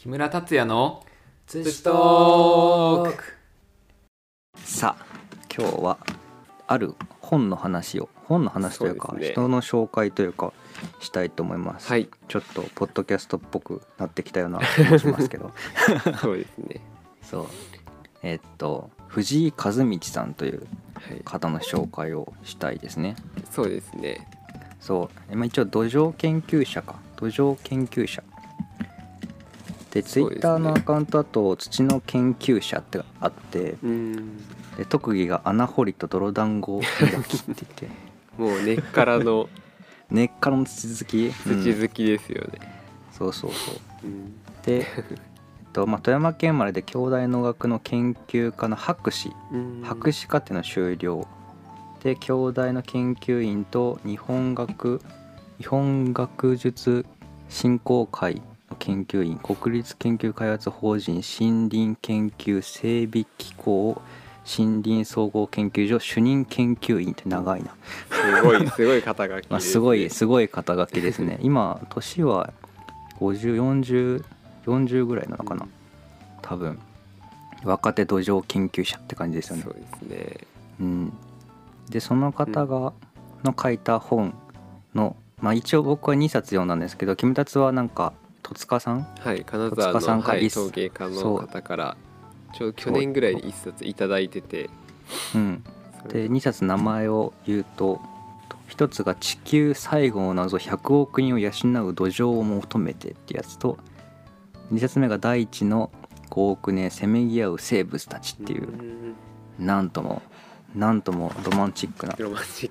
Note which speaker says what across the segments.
Speaker 1: 木村達也の
Speaker 2: ツ
Speaker 1: ツチトーク。
Speaker 2: さあ今日はある本の話というか、
Speaker 1: そうですね、
Speaker 2: 人の紹介というかしたいと思います、
Speaker 1: はい、
Speaker 2: ちょっとポッドキャストっぽくなってきたような気もしますけど
Speaker 1: そうですね。
Speaker 2: そう藤井一道さんという
Speaker 1: はい、
Speaker 2: 方の紹介をしたいですね。
Speaker 1: そうですね。
Speaker 2: そう、一応土壌研究者でツイッターのアカウントだと土の研究者ってあって、で特技が穴掘りと泥団子磨きって言って
Speaker 1: もう根っからの
Speaker 2: 根っからの土好き、
Speaker 1: 土好きですよね。
Speaker 2: そうで富山県生まれで京大農学の研究科の博士課程の修了で、京大の研究員と日本学術振興会の研究員、国立研究開発法人森林研究整備機構森林総合研究所主任研究員って長いな。
Speaker 1: すごい肩書きですね。
Speaker 2: すごい肩書きですね。今年は50、40ぐらいなのかな、多分若手土壌研究者って感じですよね。
Speaker 1: そうですね。
Speaker 2: でその方がの書いた本の、一応僕は2冊読んだんですけど、キムタツはなんか戸塚さん、
Speaker 1: はい金沢の、陶芸家の方からちょうど去年ぐらいに1冊いただいてて、
Speaker 2: で2冊名前を言うと、1つが地球最後の謎100億人を養う土壌を求めてってやつと、2冊目が大地の5億年せめぎ合う生物たちっていう、なんともロマンチックな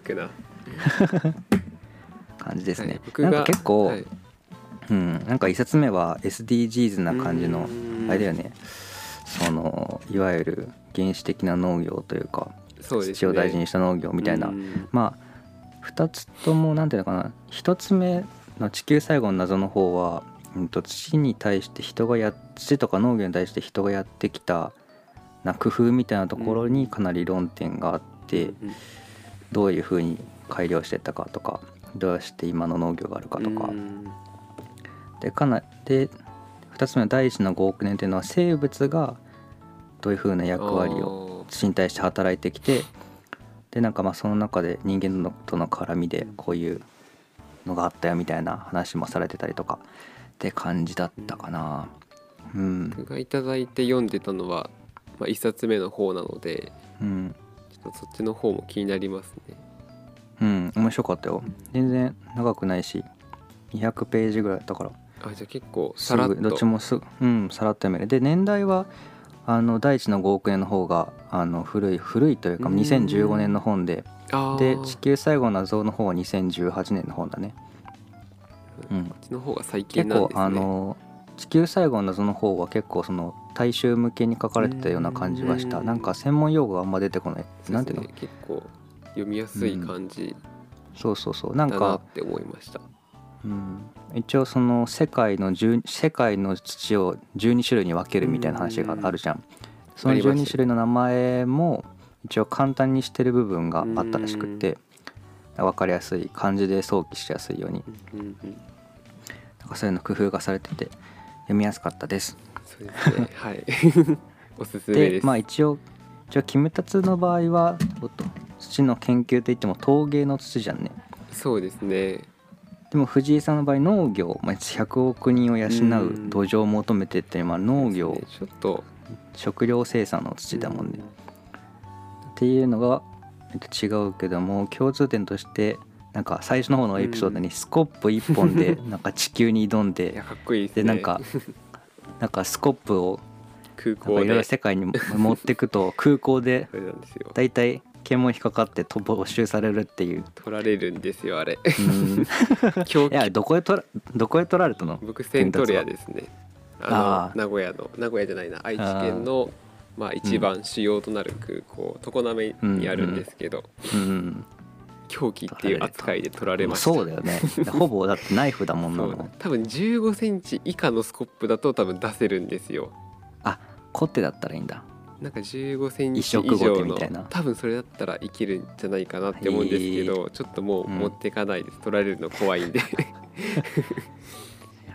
Speaker 2: 感じですね。なんか結構、なんか1冊目は SDGs な感じのあれだよね。そのいわゆる原始的な農業というか、土を大事にした農業みたいな、2つともなんていうのかな、1つ目の地球最後の謎の方は、土に対して土とか農業に対して人がやってきた工夫みたいなところにかなり論点があって、どういうふうに改良していったかとか、どうして今の農業があるかとかで、2つ目の第一の5億年というのは生物がどういうふうな役割を土に対して働いてきて、でなんかその中で人間との絡みでこういうのがあったよみたいな話もされてたりとかって感じだったかな。
Speaker 1: 僕がいただいて読んでたのは、1冊目の方なので、ちょっとそっちの方も気になりますね。
Speaker 2: 面白かったよ。全然長くないし200ページぐらいだったから、
Speaker 1: じゃあ結構さらっと
Speaker 2: どっちもさらっと読める。で年代は第一の5億年の方が古いというか2015年の本で、地球最後の謎の方は2018年の本だね。
Speaker 1: こっちの方が最近なんですね。
Speaker 2: 結構地球最後の謎の方は結構その大衆向けに書かれてたような感じがした。なんか専門用語があんま出てこない。なんていうの、
Speaker 1: 結構読みやすい感じ
Speaker 2: なんか
Speaker 1: だなって思いました。
Speaker 2: 一応その世界の土を12種類に分けるみたいな話があるじゃん。その12種類の名前も一応簡単にしてる部分があったらしくて、分かりやすい漢字で想起しやすいように、なんかそういうの工夫がされてて読みやすかったです。
Speaker 1: そうですね。はいおすすめです。
Speaker 2: で一応キムタツの場合は土の研究といっても陶芸の土じゃんね。
Speaker 1: そうですね。
Speaker 2: でも藤井さんの場合農業、100億人を養う土壌を求めてっていうのは農業、
Speaker 1: ちょっと
Speaker 2: 食料生産の土だもんね。っていうのが違うけども、共通点としてなんか最初の方のエピソードにスコップ1本でなんか地球に挑んで、
Speaker 1: いやかっこいいですね。
Speaker 2: でなんかスコップを
Speaker 1: 空港で
Speaker 2: いろいろ世界に持ってくと空港でだいたい検問引っかかって没収されるっていう。
Speaker 1: 取られるんですよあれ。
Speaker 2: いやどこへ取られたの？
Speaker 1: 僕セントレアですね。名古屋じゃないな、愛知県の一番主要となる空港、常滑にあるんですけど、凶器っていう扱いで取られました。
Speaker 2: そうだよね。ほぼだってナイフだもんなの。
Speaker 1: 多分15センチ以下のスコップだと多分出せるんですよ。
Speaker 2: コテだったらいいんだ。
Speaker 1: なんか15センチ以上の多分それだったらいけるんじゃないかなって思うんですけど、ちょっともう持っていかないです。取られるの怖いんで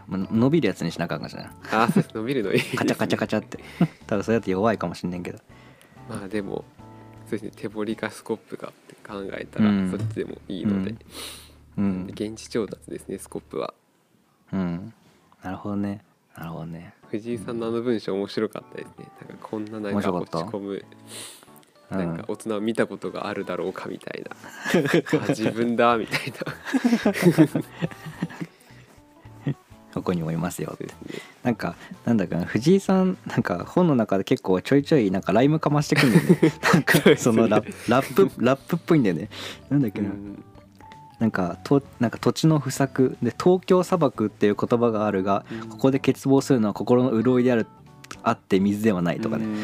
Speaker 2: 伸びるやつにしなあかんかじゃない。
Speaker 1: あ、そうです、伸びるのいい
Speaker 2: カチャカチャカチャって多分それだと弱いかもしんねんけど、
Speaker 1: まあでもそうですね、手彫りかスコップかって考えたらそっちでもいいので、現地調達ですね、スコップは。
Speaker 2: なるほどね、なるほどね。
Speaker 1: 藤井さんのあの文章面白かったですね。なんかこんななんか落ち込むなんか大人を見たことがあるだろうかみたいな、あ自分だみたいな
Speaker 2: ここにもいますよって、なんかなんだかな、藤井さんなんか本の中で結構ちょいちょいなんかライムかましてくんだよねなんかそのラップっぽいんだよね。なんだっけな、なんか土地の不作で東京砂漠っていう言葉があるが、ここで欠乏するのは心の潤いであって水ではないとかね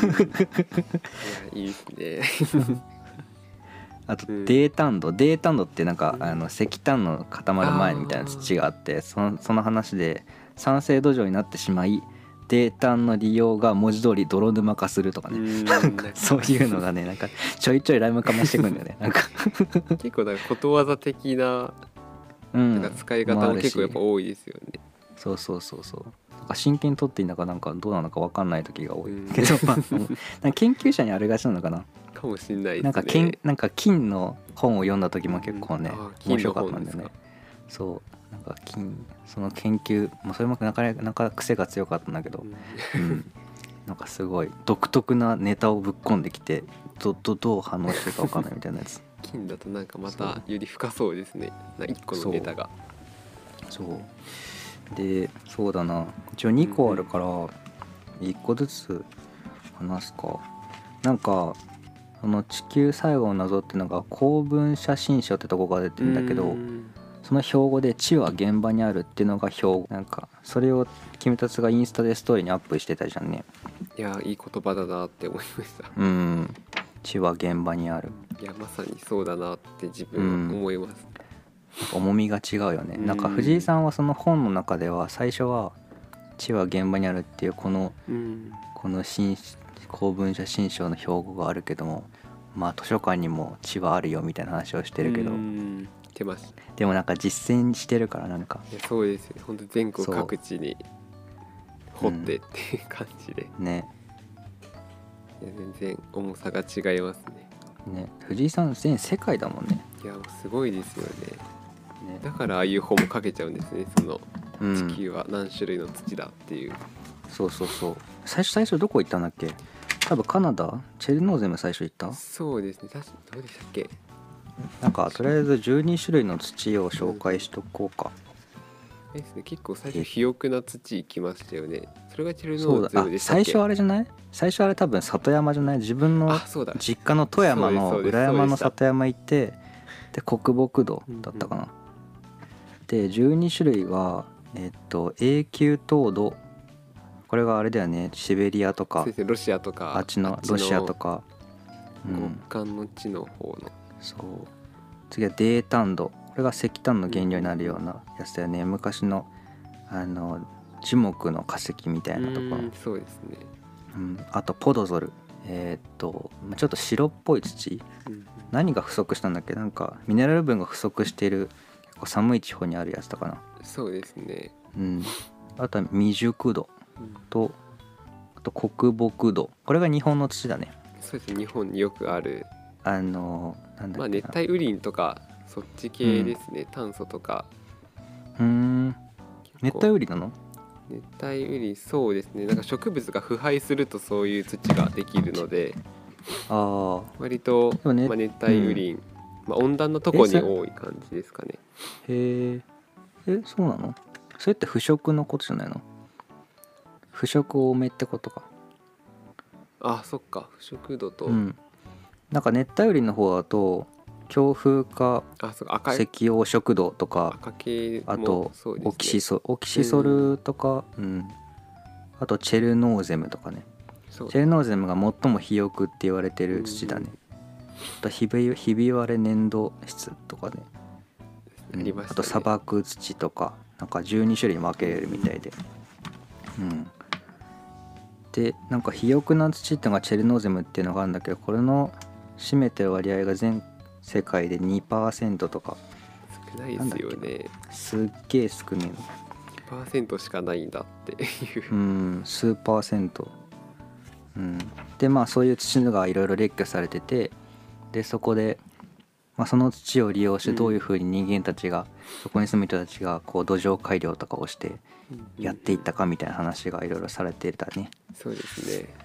Speaker 1: いやいいですね
Speaker 2: あと泥炭土ってなんか石炭の固まる前みたいな土があって、その話で酸性土壌になってしまい泥炭の利用が文字通り泥沼化するとかね、なんかそういうのがねなんかちょいちょいライムかましてくんだよねなんか
Speaker 1: 結構なんかことわざ的ななんか使い方も結構やっぱ多いですよね。
Speaker 2: そうなんか真剣に取っていいんだかなんかどうなのか分かんない時が多いけど、まあ研究者にあるがちなのかな
Speaker 1: かもしれないです
Speaker 2: ね。なんか金の本を読んだ時も結構ね、面白かったんだよね。そうなんかその研究もそれもなかなか癖が強かったんだけど、なんかすごい独特なネタをぶっ込んできてどう反応してるか分かんないみたいなやつ
Speaker 1: 金だとなんかまたより深そうですね、1個のネタが。
Speaker 2: そうで、そうだな、一応2個あるから1個ずつ話すか。なんかその地球最後の謎っていうのが公文写真書ってとこが出てるんだけど、その標語で地は現場にあるっていうのが標語、なんかそれを君たちがインスタでストーリーにアップしてたじゃんね。
Speaker 1: いやいい言葉だなって思いました。
Speaker 2: 地は現場にある。
Speaker 1: いやまさにそうだなって自分は思います。
Speaker 2: 重みが違うよね。なんか藤井さんはその本の中では最初は地は現場にあるっていうこの公文写真書の標語があるけども、まあ図書館にも地はあるよみたいな話をしてるけど、でもなんか実践してるからなんか、
Speaker 1: いやそうですよ、本当全国各地に掘ってっていう感じで、ね、いや全然重さが違いますね。
Speaker 2: 藤井さん全世界だもんね。
Speaker 1: いやすごいですよね。だからああいう本も書けちゃうんですね、その地球は何種類の土だっていう。
Speaker 2: そう最初どこ行ったんだっけ。多分カナダチェルノーゼム最初行った。
Speaker 1: そうですね、どうでしたっけ。
Speaker 2: なんかとりあえず12種類の土を紹介しとこうか。
Speaker 1: ですね、結構最初肥沃な土行きましたよね。それがチェルノーゼムでしたっけ。
Speaker 2: 最初あれじない。最初あれ多分里山じゃない。自分の実家の富山の裏山の里山行って、で国木土だったかな。で12種類は永久凍土、これがあれだよね、シベリアとか
Speaker 1: ロシアとか
Speaker 2: あっちのロシアとか
Speaker 1: 極寒の地の方の。
Speaker 2: そう次は泥炭土、これが石炭の原料になるようなやつだよね。昔の樹木の化石みたいなところ。
Speaker 1: そうですね。
Speaker 2: あとポドゾル、ちょっと白っぽい土、何が不足したんだっけ。なんかミネラル分が不足している結構寒い地方にあるやつだかな。
Speaker 1: そうですね。
Speaker 2: あとは未熟土と、あと黒木土、これが日本の土だね。
Speaker 1: そうですね、日本によくある
Speaker 2: なんだっけな、
Speaker 1: 熱帯雨林とかそっち系ですね。炭素とか。
Speaker 2: 熱帯雨林なの。
Speaker 1: 熱帯雨林、そうですね。なんか植物が腐敗するとそういう土ができるので、割と、熱帯雨林、温暖なとこに多い感じですかね。
Speaker 2: へえ、そうなの。それって腐食のことじゃないの。腐食多めってことか。
Speaker 1: あ、そっか、腐食度と、
Speaker 2: なんか熱帯雨林の方だと強風化赤黄色土とか、あとオキシソルとか、あとチェルノーゼムとかね。チェルノーゼムが最も肥沃って言われてる土だね。あとひび割れ粘土質とかね。あと砂漠土とか、なんか12種類に分けれるみたいで、でなんか肥沃な土っていうのがチェルノーゼムっていうのがあるんだけど、これの占めてる割合が全世界で 2% とか。
Speaker 1: 少ないですよね。
Speaker 2: すっげえ少ねえの。
Speaker 1: 2% しかないんだっていう
Speaker 2: 数パーセント、でまあそういう土がいろいろ列挙されてて、でそこで、その土を利用してどういうふうに人間たちが、そこに住む人たちがこう土壌改良とかをしてやっていったかみたいな話がいろいろされてたね。
Speaker 1: そうですね。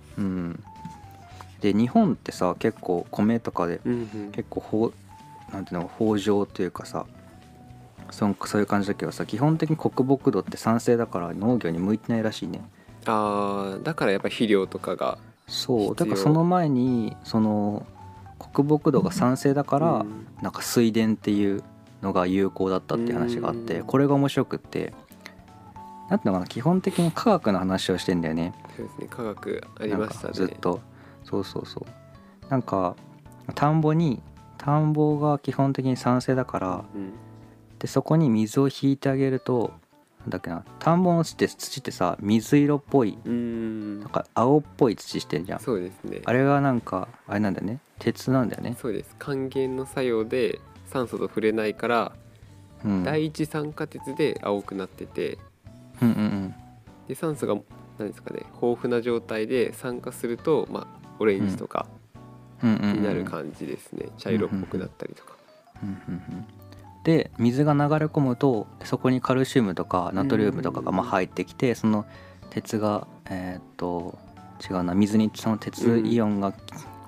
Speaker 2: で日本ってさ結構米とかで結構なんていうの豊穣というかさ、そういう感じだけどさ、基本的に国木土って酸性だから農業に向いてないらしいね。
Speaker 1: だからやっぱ肥料とかが
Speaker 2: そうだからその前にその国木土が酸性だから、なんか水田っていうのが有効だったっていう話があって、これが面白くって、なんていうのかな、基本的に科学の話をしてんだよね。
Speaker 1: そうですね、科学ありましたね。
Speaker 2: ずっとそうなんか田んぼが基本的に酸性だから、でそこに水を引いてあげると、なんだっけな、田んぼの土ってさ水色っぽい、なんか青っぽい土してるじゃん。
Speaker 1: そうですね。
Speaker 2: あれがなんかあれなんだよね、鉄なんだよね。
Speaker 1: そうです。還元の作用で酸素と触れないから、第一酸化鉄で青くなってて、で酸素が何ですかね、豊富な状態で酸化すると、オレンジとかになる感じですね。茶色っぽくなったりとか。
Speaker 2: で水が流れ込むとそこにカルシウムとかナトリウムとかが入ってきて、その鉄が違うな、水にその鉄イオンが、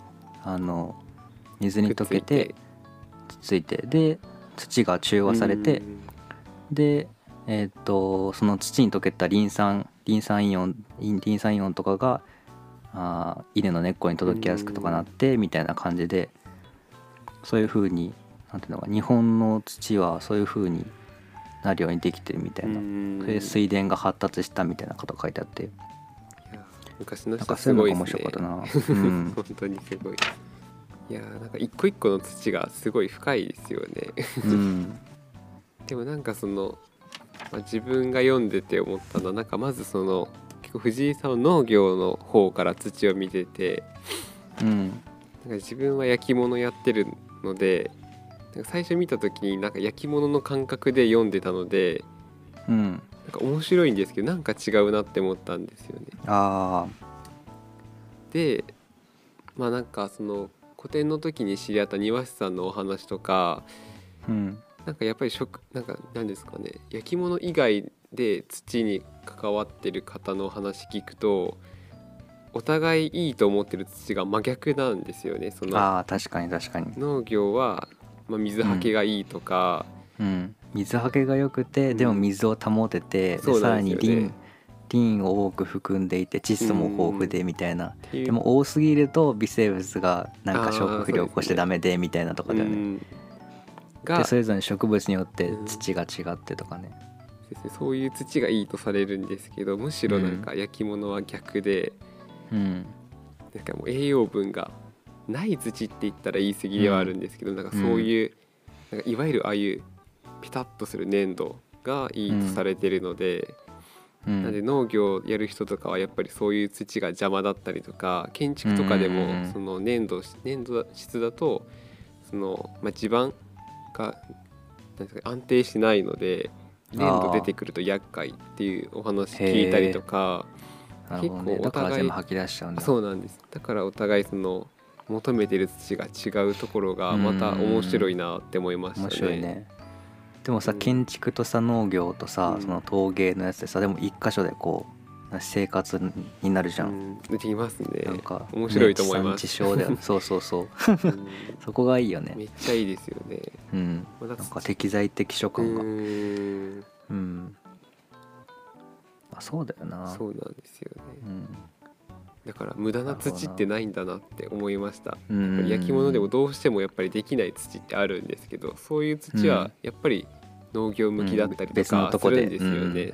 Speaker 2: 水に溶けてついて、で土が中和されて、でその土に溶けたリン酸イオンとかが稲の根っこに届きやすくとかなってみたいな感じで、そういう風になんていうのか、日本の土はそういう風になるようにできてるみたいな、それで水田が発達したみたいなこと書いてあって、い
Speaker 1: や昔の人はすごいですね。
Speaker 2: 面白かったな。
Speaker 1: 本当にすごい。いやなんか一個一個の土がすごい深いですよね。でもなんかその、自分が読んでて思ったのは、なんかまずその結構藤井さんは農業の方から土を見てて、なんか自分は焼き物やってるので、最初見た時になんか焼き物の感覚で読んでたので、なんか面白いんですけどなんか違うなって思ったんですよね。でなんかその個展の時に知り合った庭師さんのお話とか、なんかやっぱりなんか何ですかね、焼き物以外で土に関わってる方の話聞くと、お互いいいと思ってる土が真逆なんですよね。その
Speaker 2: 確かに
Speaker 1: 農業は水はけがいいとか、
Speaker 2: 水はけが良くて、でも水を保てて、でさらにリンを多く含んでいて窒素も豊富でみたいな、でも多すぎると微生物がなんか消化不良を起こしてダメでみたいなとかだよね。でそれぞれ植物によって土が違ってとかね。
Speaker 1: そういう土がいいとされるんですけど、むしろなんか焼き物は逆で、なんかもう栄養分がない土って言ったら言い過ぎではあるんですけど、なんかそういうなんかいわゆるああいうピタッとする粘土がいいとされてるので、なんで農業やる人とかはやっぱりそういう土が邪魔だったりとか、建築とかでもその粘土質だとその地盤がなんですか安定しないので、粘土出てくると厄介っていうお話聞いたりとか、
Speaker 2: 結構お互いだから全部吐き出しちゃうんだ。
Speaker 1: そうなんです。だからお互いその求めてる土が違うところがまた面白いなって思いましたね。
Speaker 2: 面白いね。でもさ、建築とさ農業とさ、その陶芸のやつでさ、でも一箇所でこう生活になるじゃん。
Speaker 1: できますね。
Speaker 2: なんか
Speaker 1: 面白いと思います。
Speaker 2: 地産地消だよね。そうそこがいいよね。
Speaker 1: めっちゃいいですよね。
Speaker 2: なんか適材適所感が。そうだよな。
Speaker 1: そうなんですよね。だから無駄な土ってないんだなって思いました。焼き物でもどうしてもやっぱりできない土ってあるんですけど、そういう土はやっぱり農業向きだったりとかするんですよね。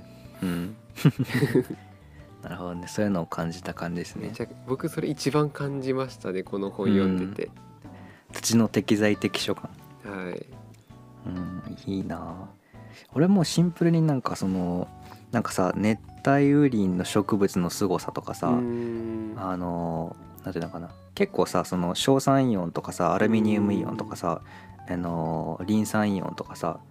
Speaker 2: なるほどね。そういうのを感じた感じですね。
Speaker 1: 僕それ一番感じましたね、この本読んでて。
Speaker 2: 土の適材適所感。いいな。俺もシンプルになんかそのなんかさ、熱帯雨林の植物の凄さとかさ、なんていうのかな、結構さ、その硝酸イオンとかさ、アルミニウムイオンとかさ、リン酸イオンとかさ、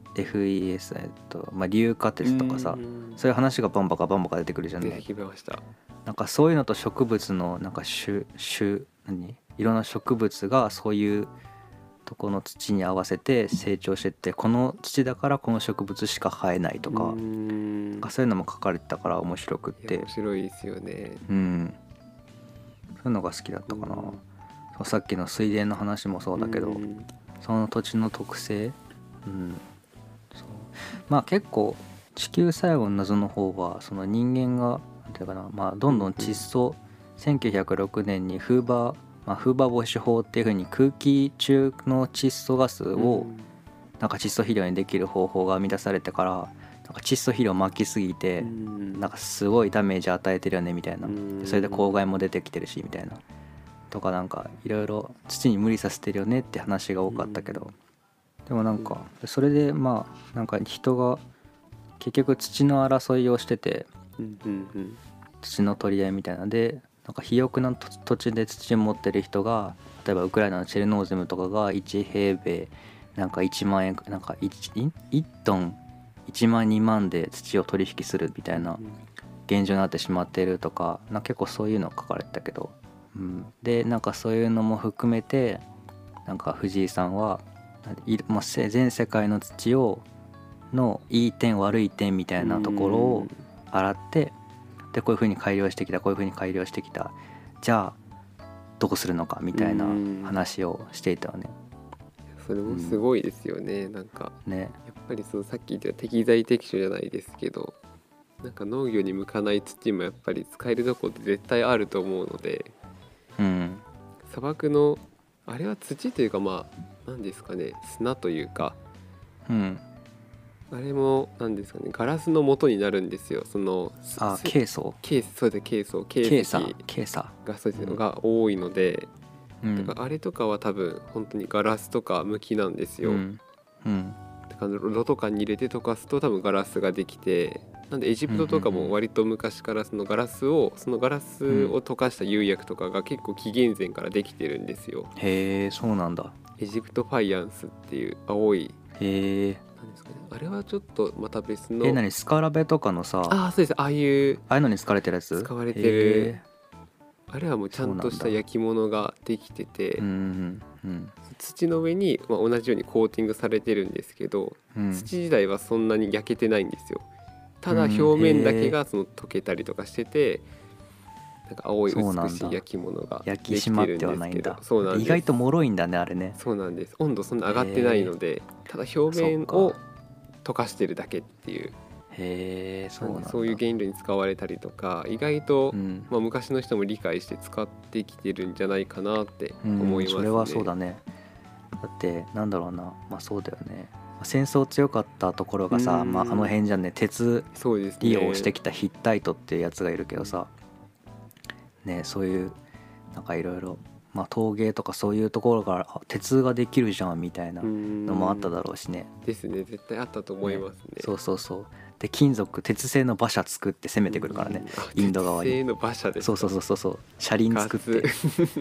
Speaker 2: FES、硫化鉄とかさ、そういう話がバンバカ出てくるじゃんね。
Speaker 1: 出てきました。
Speaker 2: なんかそういうのと植物のなんかいろんな植物がそういうとこの土に合わせて成長してって、この土だからこの植物しか生えないとか、なんかそういうのも書かれてたから面白くって。
Speaker 1: 面白いですよね。
Speaker 2: そういうのが好きだったかな。さっきの水田の話もそうだけど、その土地の特性、そうまあ結構地球最後の謎の方はその人間がなんていうかな、まあどんどん窒素、1906年にフーバーボッシュ法っていう風に空気中の窒素ガスをなんか窒素肥料にできる方法が編み出されてから、なんか窒素肥料巻きすぎてなんかすごいダメージ与えてるよねみたいな、それで公害も出てきてるしみたいなとか、なんかいろいろ土に無理させてるよねって話が多かったけど、でもなんかそれでまあなんか人が結局土の争いをしてて、土の取り合いみたいなで、なんか肥沃な土地で土を持ってる人が、例えばウクライナのチェルノーゼムとかが1平米なんか1万円、なんか 1トン1万2万で土を取引するみたいな現状になってしまっているとか、なんか結構そういうの書かれてたけど、でなんかそういうのも含めてなんか藤井さんは全世界の土のいい点悪い点みたいなところを洗って、でこういう風に改良してきた、こういう風に改良してきた、じゃあどうするのかみたいな話をしていたよね。
Speaker 1: それもすごいですよね。なんかね、やっぱりそのさっき言った適材適所じゃないですけど、なんか農業に向かない土もやっぱり使えるとこって絶対あると思うので、砂漠のあれは土というか、まあ何ですかね、砂というか、あれも何ですかね、ガラスの元になるんですよ。その
Speaker 2: ケイ素、
Speaker 1: そうです、ケイ素、ケイ砂がそうです、が多いので、だからあれとかは多分本当にガラスとか向きなんですよ。だから炉とかに入れて溶かすと多分ガラスができて、なんでエジプトとかも割と昔からそのガラスを溶かした釉薬とかが結構紀元前からできてるんですよ。
Speaker 2: へえ、そうなんだ。
Speaker 1: エジプトファイアンスっていう青い、
Speaker 2: へえ、
Speaker 1: なんですかね、あれはちょっとまた別の、
Speaker 2: 何スカラベとかのさ、
Speaker 1: そうです、ああいう
Speaker 2: のに使われてるやつ、
Speaker 1: 使われてる、あれはもうちゃんとした焼き物ができてて、土の上に、同じようにコーティングされてるんですけど、土自体はそんなに焼けてないんですよ。ただ表面だけがその溶けたりとかしてて、なんか青い美しい焼き物ができてるんですけど、そうなんです。
Speaker 2: 意外と脆いんだねあれね。
Speaker 1: そうなんです。温度そんな上がってないので、ただ表面を溶かしてるだけっていう。
Speaker 2: へえ、そうなんだ。
Speaker 1: そういう原料に使われたりとか、意外と、昔の人も理解して使ってきてるんじゃないかなって思いますね。
Speaker 2: それはそうだね。だってなんだろうな、そうだよね。戦争強かったところがさ、あの辺じゃね、鉄利用してきたヒッタイトっていうやつがいるけどさ、ね、そういうなんかいろいろ陶芸とかそういうところから鉄ができるじゃんみたいなのもあっただろうしね。
Speaker 1: ですね、絶対あったと思いますね。
Speaker 2: そうで鉄製の馬車作って攻めてくるからね、インド側に。
Speaker 1: 鉄製の馬車ですか。
Speaker 2: そう車輪作ってへ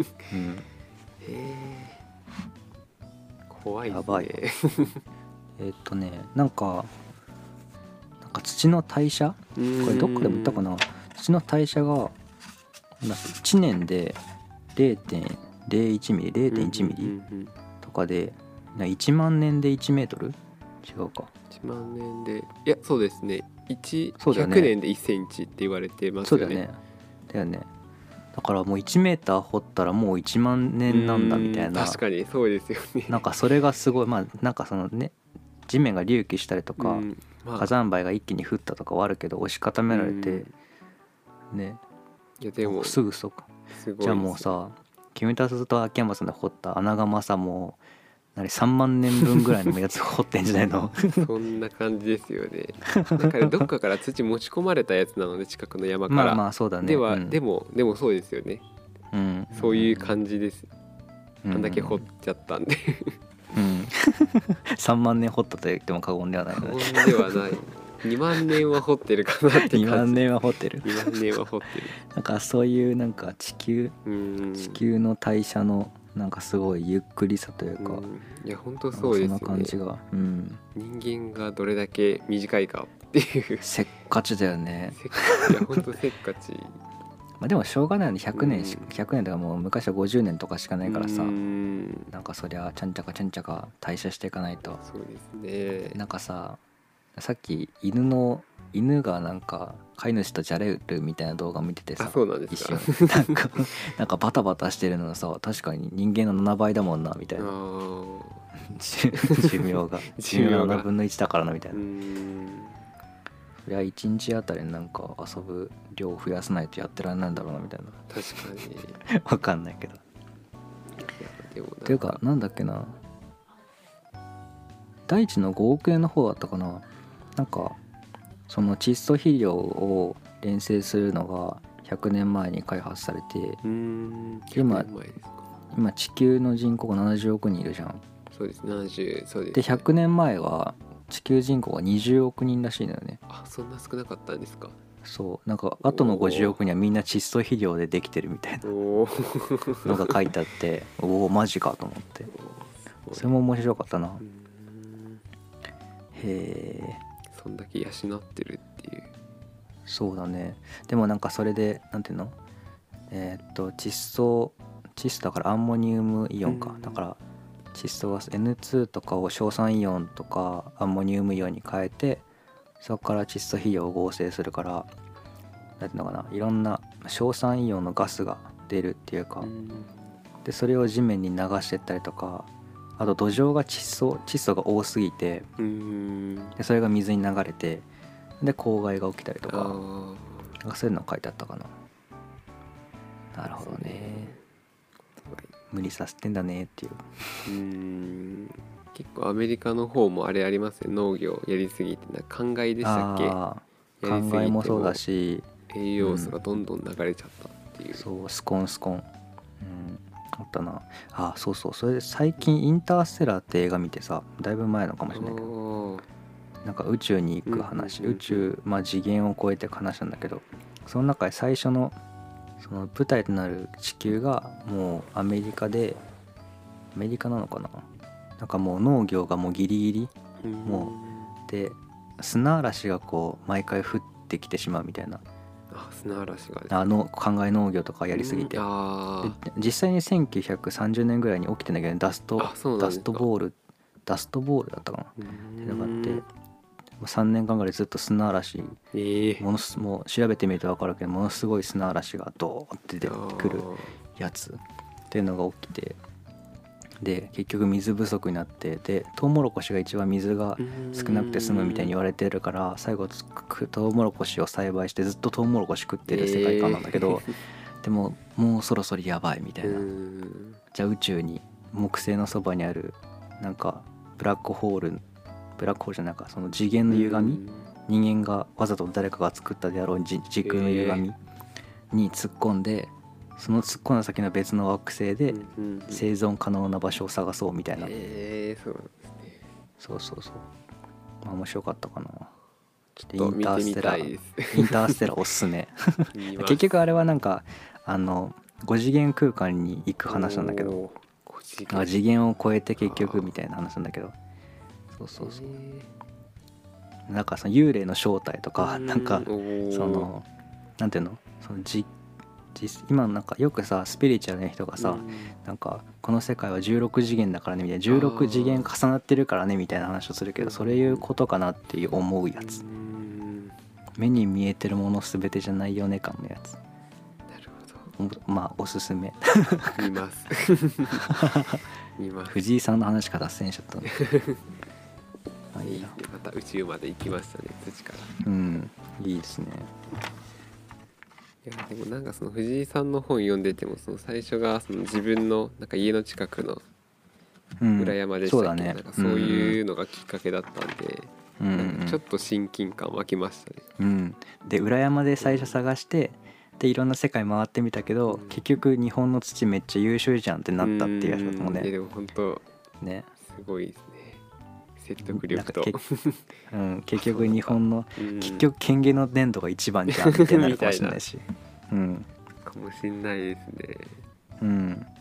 Speaker 1: え、怖いですね。
Speaker 2: やばいなんか土の代謝、これどっかでも言ったかな、土の代謝が1年で 0.01 ミリ 0.1 ミリとかで、1万年で1メートル、違うか、
Speaker 1: 1万年で、いやそうですね、100年で1センチって言われてますよね。
Speaker 2: だよね。だからもう1メーター掘ったらもう1万年なんだみたいな。
Speaker 1: 確かにそうですよね。
Speaker 2: なんかそれがすごい、なんかそのね、地面が隆起したりとか、火山灰が一気に降ったとかはあるけど、押し固められてね。
Speaker 1: いやでも
Speaker 2: すぐそうか。じゃあもうさ、キムタスと秋山さんで掘った穴窯さ、もう3万年分ぐらいのやつ掘ってんじゃないの
Speaker 1: そんな感じですよね。だからどっかから土持ち込まれたやつなので、近くの山から。
Speaker 2: まあそうだね。
Speaker 1: でもそうですよね。そういう感じです。あんだけ掘っちゃったんで
Speaker 2: 3万年掘ったと言っても過言ではない。
Speaker 1: 過言ではない。2万年は掘ってるかなって感じ。
Speaker 2: 2万年は掘ってる。
Speaker 1: 2万年は掘ってる。
Speaker 2: なんかそういうなんか地球の代謝のなんかすごいゆっくりさというか、
Speaker 1: いや本当そうですね。
Speaker 2: そんな感じが、
Speaker 1: 人間がどれだけ短いかっていう
Speaker 2: せっかちだよね。
Speaker 1: いや本当せっかち
Speaker 2: まあでもしょうがないよね。100年とかもう昔は50年とかしかないからさ、なんかそりゃちゃんちゃか代謝していかないと。
Speaker 1: そうですね。
Speaker 2: なんかさっき犬がなんか飼い主とじゃれるみたいな動画見ててさ、
Speaker 1: そうなんですか。
Speaker 2: 一瞬なんかバタバタしてるのさ、確かに人間の7倍だもんなみたいな寿命が7分の1だからなみたいな。そりゃ1日あたりなんか遊ぶ量を増やさないとやってられないんだろうなみたいな。
Speaker 1: 確かに
Speaker 2: 分かんないけど。っていうかなんだっけな、第一の5億円の方だったかな。なんかその窒素肥料を連成するのが100年前に開発されて、今地球の人口が70億人いるじゃん。
Speaker 1: そうです70、そうです、ね、
Speaker 2: で100年前は地球人口が20億人らしいのよね。
Speaker 1: そんな少なかったんですか。
Speaker 2: そうなんかあとの50億人はみんな窒素肥料でできてるみたいなのが書いてあっておおマジかと思って、それも面白かったな。へえ、そ
Speaker 1: んだけ養ってるっていう。
Speaker 2: そうだね。でもなんかそれでなんていうの、窒素だからアンモニウムイオンか、だから窒素ガス N2 とかを硝酸イオンとかアンモニウムイオンに変えて、そこから窒素肥料を合成するから、なんていうのかな、いろんな硝酸イオンのガスが出るっていうか、でそれを地面に流してったりとか、あと土壌が窒素が多すぎて、でそれが水に流れて、で公害が起きたりとか、なんかそういうの書いてあったかな。なるほどね。無理させてんだねっていう。
Speaker 1: 結構アメリカの方もあれありますね、農業やりすぎて考えでしたっけ。
Speaker 2: 考えもそうだし
Speaker 1: 栄養素がどんどん流れちゃったっていう、
Speaker 2: そうスコンあったな。そうそれで最近インターステラーって映画見てさ、だいぶ前のかもしれないけど、なんか宇宙に行く話、宇宙、次元を超えていく話なんだけど、その中で最初のその舞台となる地球がもうアメリカなのかな、なんかもう農業がもうギリギリ、もうで砂嵐がこう毎回降ってきてしまうみたいな。
Speaker 1: 砂嵐が
Speaker 2: 考え農業とかやりすぎて、で実際に1930年ぐらいに起きてんだけど、ダストボールだったかなっていうのがあって、3年間ぐらいずっと砂嵐、もう調べてみると分かるけど、ものすごい砂嵐がドーって出てくるやつっていうのが起きて、で結局水不足になって、でトウモロコシが一番水が少なくて済むみたいに言われてるから、最後トウモロコシを栽培してずっとトウモロコシ食ってる世界観なんだけど、でももうそろそろやばいみたいな。じゃあ宇宙に木星のそばにあるなんかブラックホールじゃなくて、その次元の歪み、人間がわざと誰かが作ったであろう時空の歪みに突っ込んで、その突っ込んだ先の別の惑星で生存可能な場所を探そうみたいな。
Speaker 1: そうなんですね。
Speaker 2: そう面白かったかな。
Speaker 1: ちょっと見てみたいです。
Speaker 2: インターステラーおすすめ結局あれはなんか5次元空間に行く話なんだけど、次元を超えて結局みたいな話なんだけど、そうなんかその幽霊の正体とか、なんかそのなんていうの、その今なんかよくさスピリチュアルな人がさ、なんかこの世界は16次元だからねみたいな、16次元重なってるからねみたいな話をするけど、それいうことかなっていう思うやつ、目に見えてるもの全てじゃないよね感のやつ。なるほど。おすすめ
Speaker 1: 見ます
Speaker 2: 藤井さんの話から脱線しちゃったね
Speaker 1: また宇宙まで行きましたね、土から。
Speaker 2: いいですね。
Speaker 1: いやでもなんかその藤井さんの本読んでても、その最初がその自分のなんか家の近くの裏山でしたっけ、なんかそういうのがきっかけだったんで、なんかちょっと親近感湧きましたね。
Speaker 2: で裏山で最初探して、でいろんな世界回ってみたけど、結局日本の土めっちゃ優秀じゃんってなったっていうやつだと思うね。
Speaker 1: でも本当ねすごいですね、説得力と
Speaker 2: 結局日本の結局権限の粘土が一番じゃんみたいになるかもしれないし
Speaker 1: かもしれないですね。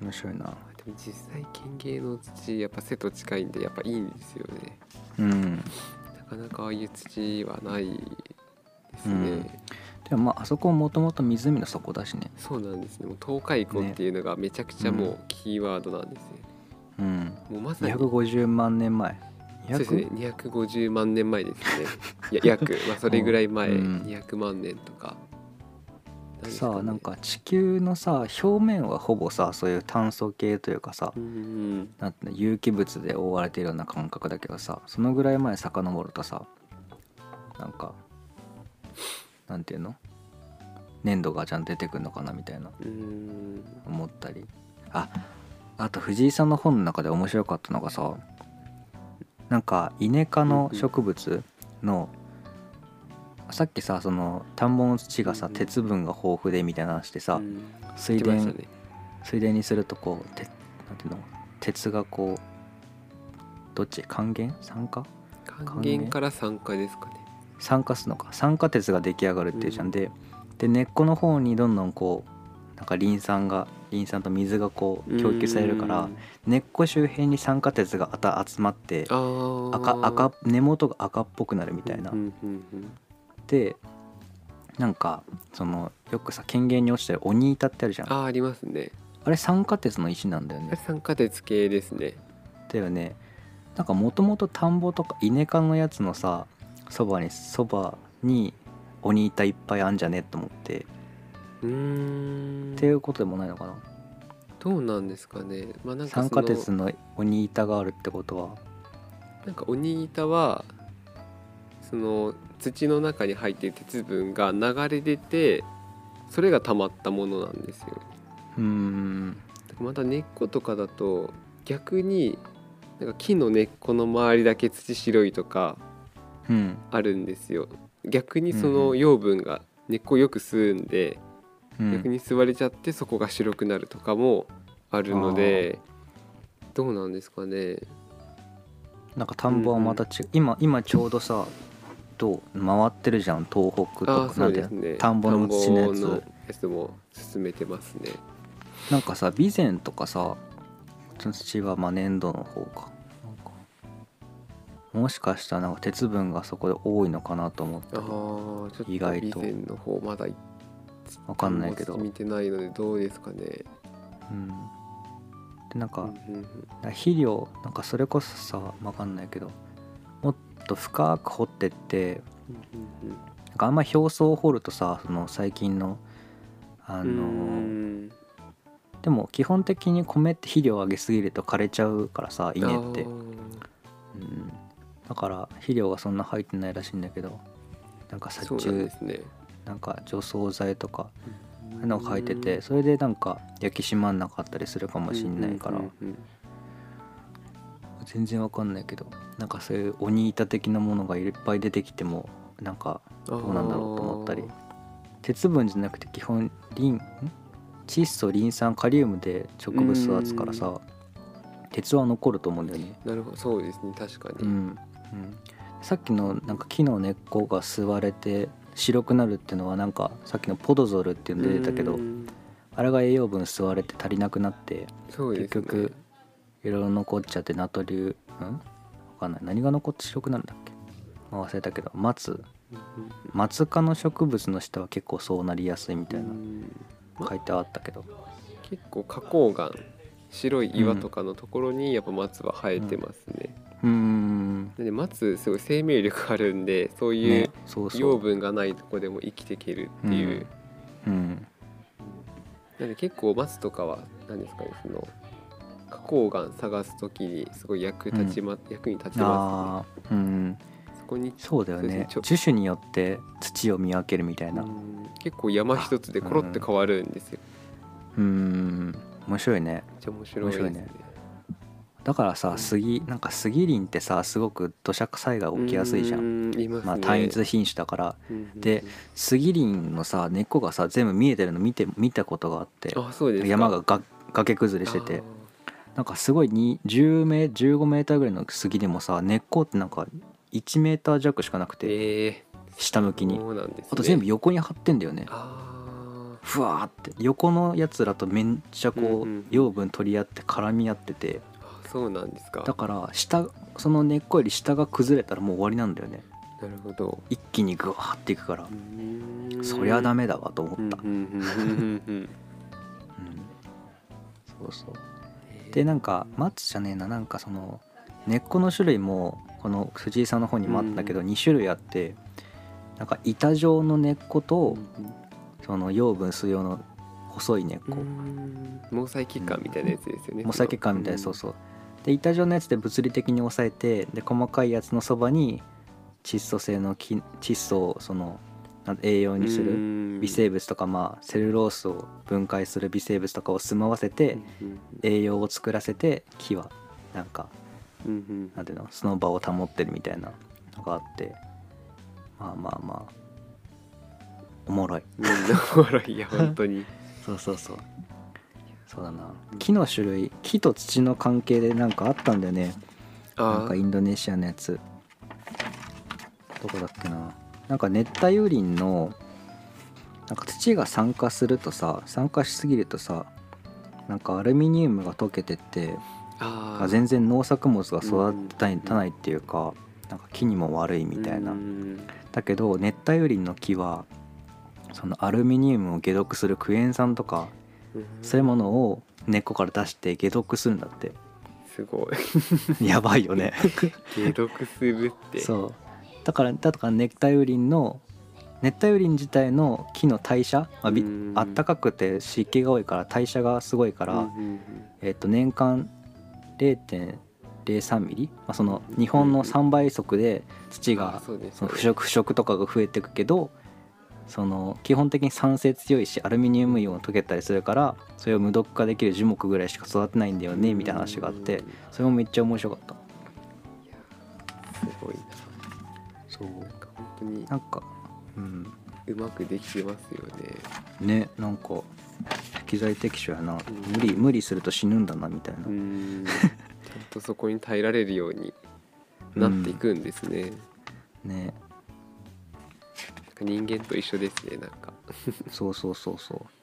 Speaker 2: 面白いな。
Speaker 1: でも実際県芸の土やっぱ瀬と近いんでやっぱいいんですよね。なかなかああいう土はないですね。
Speaker 2: でもあそこはもともと湖の底だしね。
Speaker 1: そうなんですね。もう東海湖っていうのがめちゃくちゃもうキーワードなんですよね。もうまさに
Speaker 2: 250万年前。
Speaker 1: そうですね、250万年前ですね。約、それぐらい前、200万年とか。
Speaker 2: さあなんか地球のさ表面はほぼさそういう炭素系というかさ、なんて有機物で覆われているような感覚だけどさ、そのぐらい前遡るとさ、なんかなんていうの、粘土がちゃんと出てくるのかなみたいな思ったり、あと藤井さんの本の中で面白かったのがさ、なんかイネ科の植物の、さっきさその田んぼの土がさ鉄分が豊富でみたいな話でさ、水田にするとこうなんていうの、鉄がこうどっち還元酸化
Speaker 1: 還元から酸化ですかね。
Speaker 2: 酸化するのか、酸化鉄が出来上がるっていうじゃん。で根っこの方にどんどんこうなんかリン酸と水がこう供給されるから、根っこ周辺に酸化鉄が集まって根元が赤っぽくなるみたいな。でなんかそのよくさ県芸に落ちてる鬼板ってあるじゃん。
Speaker 1: ありますね。
Speaker 2: あれ酸化鉄の石なんだよね。
Speaker 1: あれ酸化鉄系ですね。
Speaker 2: だよね。なんかもともと田んぼとかイネ科のやつのさそばに鬼板いっぱいあんじゃねと思って。っていうことでもないのかな。
Speaker 1: どうなんですかね。なんか
Speaker 2: 酸化鉄の鬼板があるってことは、
Speaker 1: なんか鬼板はその土の中に入っている鉄分が流れ出て、それが溜まったものなんですよ。また根っことかだと逆になんか木の根っこの周りだけ土白いとかあるんですよ。逆にその養分が根っこをよく吸うんで、逆に吸われちゃってそこが白くなるとかもあるので、どうなんですかね。
Speaker 2: なんか田んぼはまた今ちょうどさ回ってるじゃん、東北とか。
Speaker 1: そうですね、
Speaker 2: 田んぼの土のやつ
Speaker 1: も進めてますね。
Speaker 2: なんかさ備前とかさ土は粘土の方か、なんかもしかしたらなんか鉄分がそこで多いのかなと思ったり。
Speaker 1: ちょっと
Speaker 2: 意外と
Speaker 1: 備前の方まだ
Speaker 2: 分かんないけど
Speaker 1: 見てないのでどうですかね。
Speaker 2: でなんか肥料なんかそれこそさ分かんないけどもっと深く掘ってって、なんかあんま表層を掘るとさその最近のでも基本的に米って肥料をあげすぎると枯れちゃうからさ、稲って、だから肥料がそんな入ってないらしいんだけど、なんか殺虫なんか除草剤とかの書いてて、それでなんか焼き締まんなかったりするかもしんないから、全然わかんないけど、なんかそういう鬼板的なものがいっぱい出てきてもなんかどうなんだろうと思ったり、鉄分じゃなくて基本窒素リン酸カリウムで植物育つからさ、鉄は残ると思うんだよね。
Speaker 1: なるほど、そうですね、確かに。
Speaker 2: さっきのなんか木の根っこが吸われて白くなるっていうのはなんかさっきのポドゾルっていうの出てたけど、あれが栄養分吸われて足りなくなって、結局いろいろ残っちゃってナトリウムわかんない、何が残って白くなるんだっけ、忘れたけど松科の植物の下は結構そうなりやすいみたいな書いてあったけど、
Speaker 1: 結構花崗岩白い岩とかのところにやっぱ松は生えてますね。で松すごい生命力あるんで、そういう養分がないとこでも生きていけるっていう、なんで結構松とかは何ですかね、その花崗岩探すときにすごい役に立ちますね。そこに
Speaker 2: そうだよね、樹種によって土を見分けるみたいな、
Speaker 1: 結構山一つでコロって変わるんですよ。
Speaker 2: 面白いね。
Speaker 1: めっちゃ面白いですね。
Speaker 2: だからさ、なんか杉林ってさすごく土砂災害起きやすいじゃん。まあ単一品種だから。で杉林のさ根っこがさ全部見えてるの見たことがあって、山が崖崩れしてて、なんかすごい10メ15メーターぐらいの杉でもさ根っこってなんか1メーター弱しかなくて、下向きに、あと全部横に張ってんだよね。 ふわーって横のやつらとめっちゃこう養分取り合って絡み合ってて、
Speaker 1: そうなんですか。
Speaker 2: だからその根っこより下が崩れたらもう終わりなんだよね。
Speaker 1: なるほど。
Speaker 2: 一気にグワーっていくから、そりゃダメだわと思った。そうそう。でなんか松じゃねえな、なんかその根っこの種類もこの藤井さんの方にもあったけど2種類あって、なんか板状の根っことその養分吸う用の細い根っこ、
Speaker 1: 毛細血管みたいなやつですよね。
Speaker 2: 毛細血管みたいな、そうそう。で板状のやつで物理的に抑えて、で細かいやつのそばに窒素性の窒素をその栄養にする微生物とか、まあセルロースを分解する微生物とかを住まわせて栄養を作らせて、木はなんかなんていうの、その場を保ってるみたいなのがあって、まあまあまあおもろい。
Speaker 1: おもろい。いや本当に
Speaker 2: そうそうそう。そうだな、木の種類、木と土の関係でなんかあったんだよね。なんかインドネシアのやつどこだっけな、なんか熱帯雨林のなんか土が酸化するとさ、酸化しすぎるとさ、なんかアルミニウムが溶けてって全然農作物が育たないっていうか、なんか木にも悪いみたいな。だけど熱帯雨林の木はそのアルミニウムを解毒するクエン酸とかそういうものを根っこから出して解毒するんだって。
Speaker 1: すご
Speaker 2: いやばいよね
Speaker 1: 解毒するって。
Speaker 2: そうだから熱帯雨林自体の木の代謝、あったかくて湿気が多いから代謝がすごいから、年間 0.03 ミリ、その日本の3倍速で土がその腐食とかが増えていくけど、その基本的に酸性強いしアルミニウムイオン溶けたりするから、それを無毒化できる樹木ぐらいしか育てないんだよねみたいな話があって、それもめっちゃ面白かった。い
Speaker 1: やすごいな。
Speaker 2: そう
Speaker 1: なんか本当に
Speaker 2: なんか
Speaker 1: うまくできてますよね。
Speaker 2: ね、なんか適材適所やな。無理すると死ぬんだなみたいな。ちゃん
Speaker 1: とそこに耐えられるようになっていくんですね。
Speaker 2: ね。
Speaker 1: 人間と一緒ですね、なんか
Speaker 2: そうそうそうそう。